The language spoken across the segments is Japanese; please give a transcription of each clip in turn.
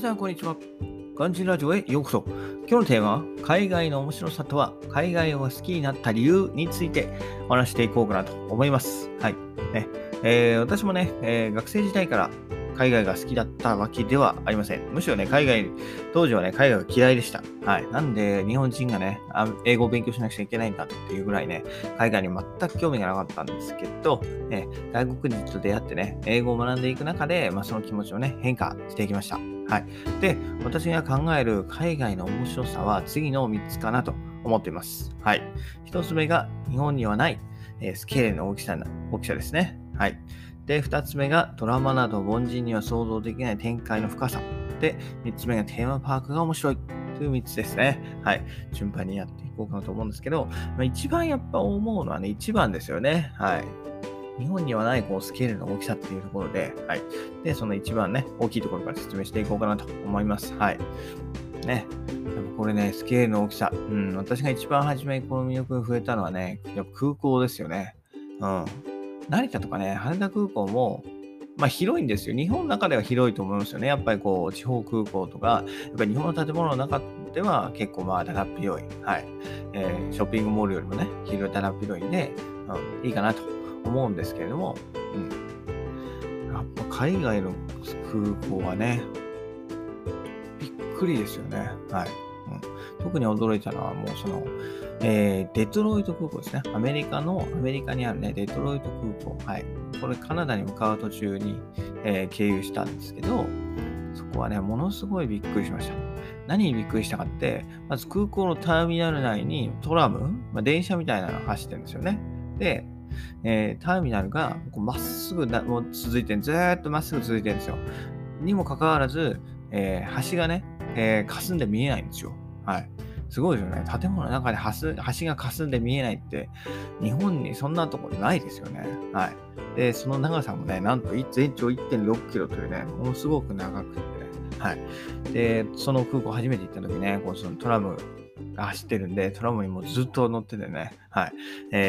さん、こんにちは。ガンジーラジオへようこそ。今日のテーマは、海外の面白さとは、海外を好きになった理由についてお話していこうかなと思います。はい。私もね、学生時代から海外が好きだったわけではありません。むしろね、当時はね、海外が嫌いでした。はい。なんで、日本人がね、英語を勉強しなくちゃいけないんだっていうぐらいね、海外に全く興味がなかったんですけど、外国人と出会ってね、英語を学んでいく中で、その気持ちをね、変化していきました。はい。で、私が考える海外の面白さは次の3つかなと思っています。はい。1つ目が日本にはない、スケールの大きさですね。はい。で、2つ目がドラマなど凡人には想像できない展開の深さ。で、3つ目がテーマパークが面白いという3つですね。はい。順番にやっていこうかなと思うんですけど、一番やっぱ思うのはね、1番ですよね。はい。日本にはないスケールの大きさっていうところで、はい。で、その一番ね、大きいところから説明していこうかなと思います。はい。ね。これね、スケールの大きさ。私が一番初めにこの魅力が増えたのはね、やっぱ空港ですよね。成田とかね、羽田空港も、広いんですよ。日本の中では広いと思いますよね。やっぱり地方空港とか、やっぱり日本の建物の中では結構だだっ広い。はい。ショッピングモールよりもね、だだっ広いんで、いいかなと思うんですけれども、やっぱ海外の空港はね、びっくりですよね。はい。特に驚いたのはもうデトロイト空港ですね。アメリカにあるね、デトロイト空港。はい。これカナダに向かう途中に、経由したんですけど、そこはね、ものすごいびっくりしました。何にびっくりしたかって、まず空港のターミナル内にトラム、電車みたいなのが走ってるんですよね。で、ターミナルがまっすぐもう続いてずーっとまっすぐ続いてるんですよ。にもかかわらず、橋がね、霞んで見えないんですよ。はい。すごいですよね。建物の中で橋が霞んで見えないって、日本にそんなところないですよね。はい。で、その長さもね、なんと全長1.6キロというね、ものすごく長くてね。はい。で、その空港初めて行った時ね、そのトラムが走ってるんで、トラムにもずっと乗っててね、はい。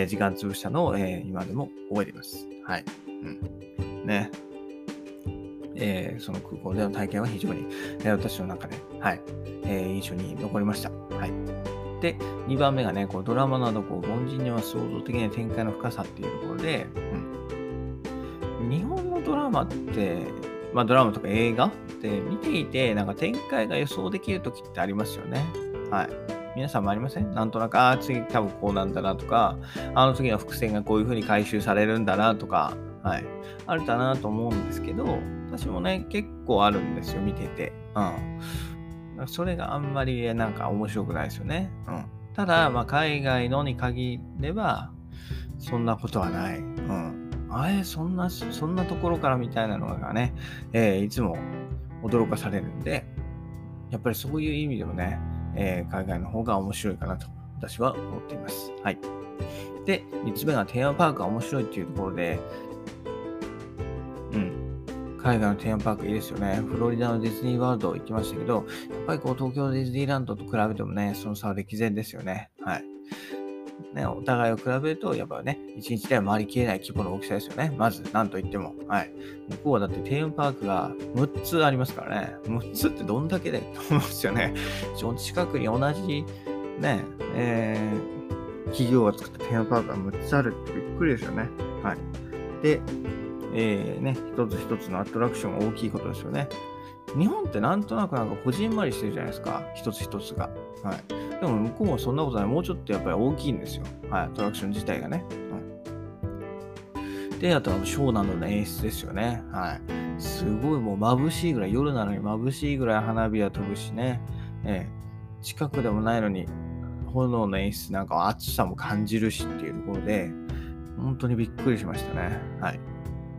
時間潰したのを、今でも覚えています。はい。ね。その空港での体験は非常に、私の中で、はい、印象に残りました。はい。で、2番目がね、ドラマなど凡人には想像的な展開の深さっていうところで、日本のドラマって、ドラマとか映画って見ていて、展開が予想できるときってありますよね。はい。皆さんもありません？なんとなく、次多分こうなんだなとか、あの次の伏線がこういう風に回収されるんだなとか、はい。あるかなと思うんですけど、私もね、結構あるんですよ、見てて。それがあんまり面白くないですよね。ただ、海外のに限れば、そんなことはない。そんなところからみたいなのがね、いつも驚かされるんで、やっぱりそういう意味でもね、海外の方が面白いかなと私は思っています。はい。で、3つ目がテーマパークが面白いっていうところで、海外のテーマパークいいですよね。フロリダのディズニーワールド行きましたけど、やっぱり東京のディズニーランドと比べてもね、その差は歴然ですよね。はい。ね、お互いを比べると、やっぱね、1日では回りきれない規模の大きさですよね。まず、なんといっても。はい。向こうはだってテーマパークが6つありますからね。6つってどんだけでと思うんですよね。近くに同じ、ね、企業が作ったテーマパークが6つあるってびっくりですよね。はい。で、一つ一つのアトラクションが大きいことですよね。日本ってなんとなくこじんまりしてるじゃないですか。一つ一つが。はい。でも向こうはそんなことない。もうちょっとやっぱり大きいんですよ。はい。アトラクション自体がね。で、あとはショーなどの演出ですよね。はい。すごいもう眩しいぐらい、夜なのに眩しいぐらい花火は飛ぶしね。近くでもないのに、炎の演出暑さも感じるしっていうところで、本当にびっくりしましたね。はい。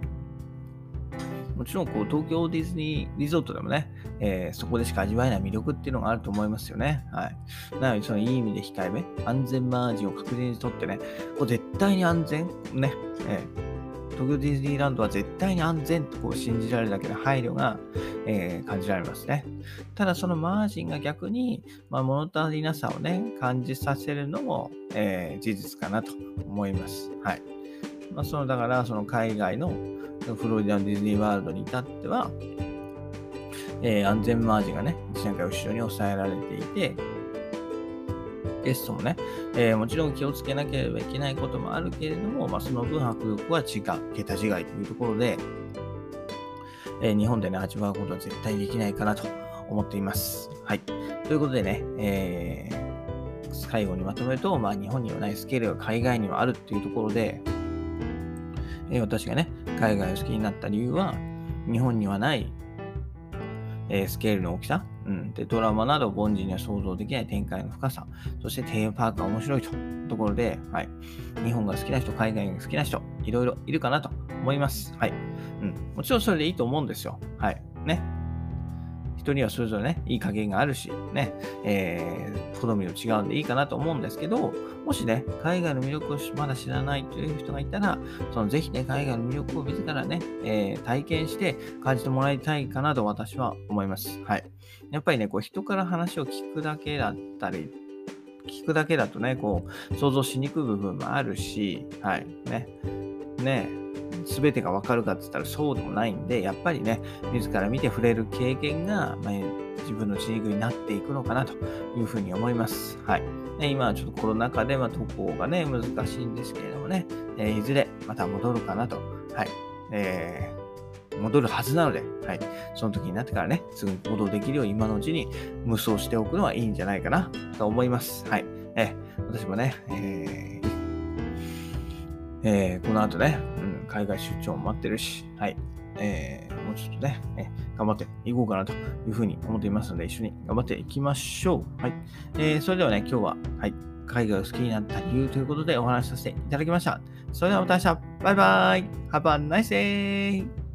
もちろん東京ディズニーリゾートでもね、そこでしか味わえない魅力っていうのがあると思いますよね。はい。なので、いい意味で控えめ、安全マージンを確実にとってね、絶対に安全、ね、東京ディズニーランドは絶対に安全と信じられるだけの配慮が、感じられますね。ただそのマージンが逆に、物足りなさをね、感じさせるのも、事実かなと思います。はい。だから海外のフロリダのディズニーワールドに至っては、 安全マージンがね、1年間後ろに抑えられていて、テストもね、もちろん気をつけなければいけないこともあるけれども、その分迫力は違う、桁違いというところで、日本でね、味わうことは絶対できないかなと思っています。はい。ということでね、最後にまとめると、日本にはないスケールが海外にはあるっていうところで、私がね、海外を好きになった理由は、日本にはない、スケールの大きさ、で、ドラマなど凡人には想像できない展開の深さ、そしてテーマパークが面白いというところで、はい、日本が好きな人、海外が好きな人、いろいろいるかなと思います。はい。もちろんそれでいいと思うんですよ。はい。ね。人にはそれぞれね、いい加減があるし、ね、好みの違うんでいいかなと思うんですけど、もしね、海外の魅力をまだ知らないという人がいたら、ぜひね、海外の魅力を自らね、体験して感じてもらいたいかなと私は思います。はい。やっぱりね、人から話を聞くだけだとね、想像しにくい部分もあるし、はい、ね、すべてがわかるかって言ったらそうでもないんで、やっぱりね、自ら見て触れる経験が、自分の血肉になっていくのかなというふうに思います。はい。今はちょっとコロナ禍で、渡航がね、難しいんですけれどもね、いずれまた戻るかなと、はい。戻るはずなので、はい。その時になってからね、すぐに行動できるように今のうちに無双しておくのはいいんじゃないかなと思います。はい。私もね、この後ね、海外出張も待ってるし、はい。もうちょっとね、頑張っていこうかなというふうに思っていますので、一緒に頑張っていきましょう。はい。それではね、今日は、はい、海外を好きになった理由ということでお話しさせていただきました。それではまた明日、バイバイ !Have a nice day!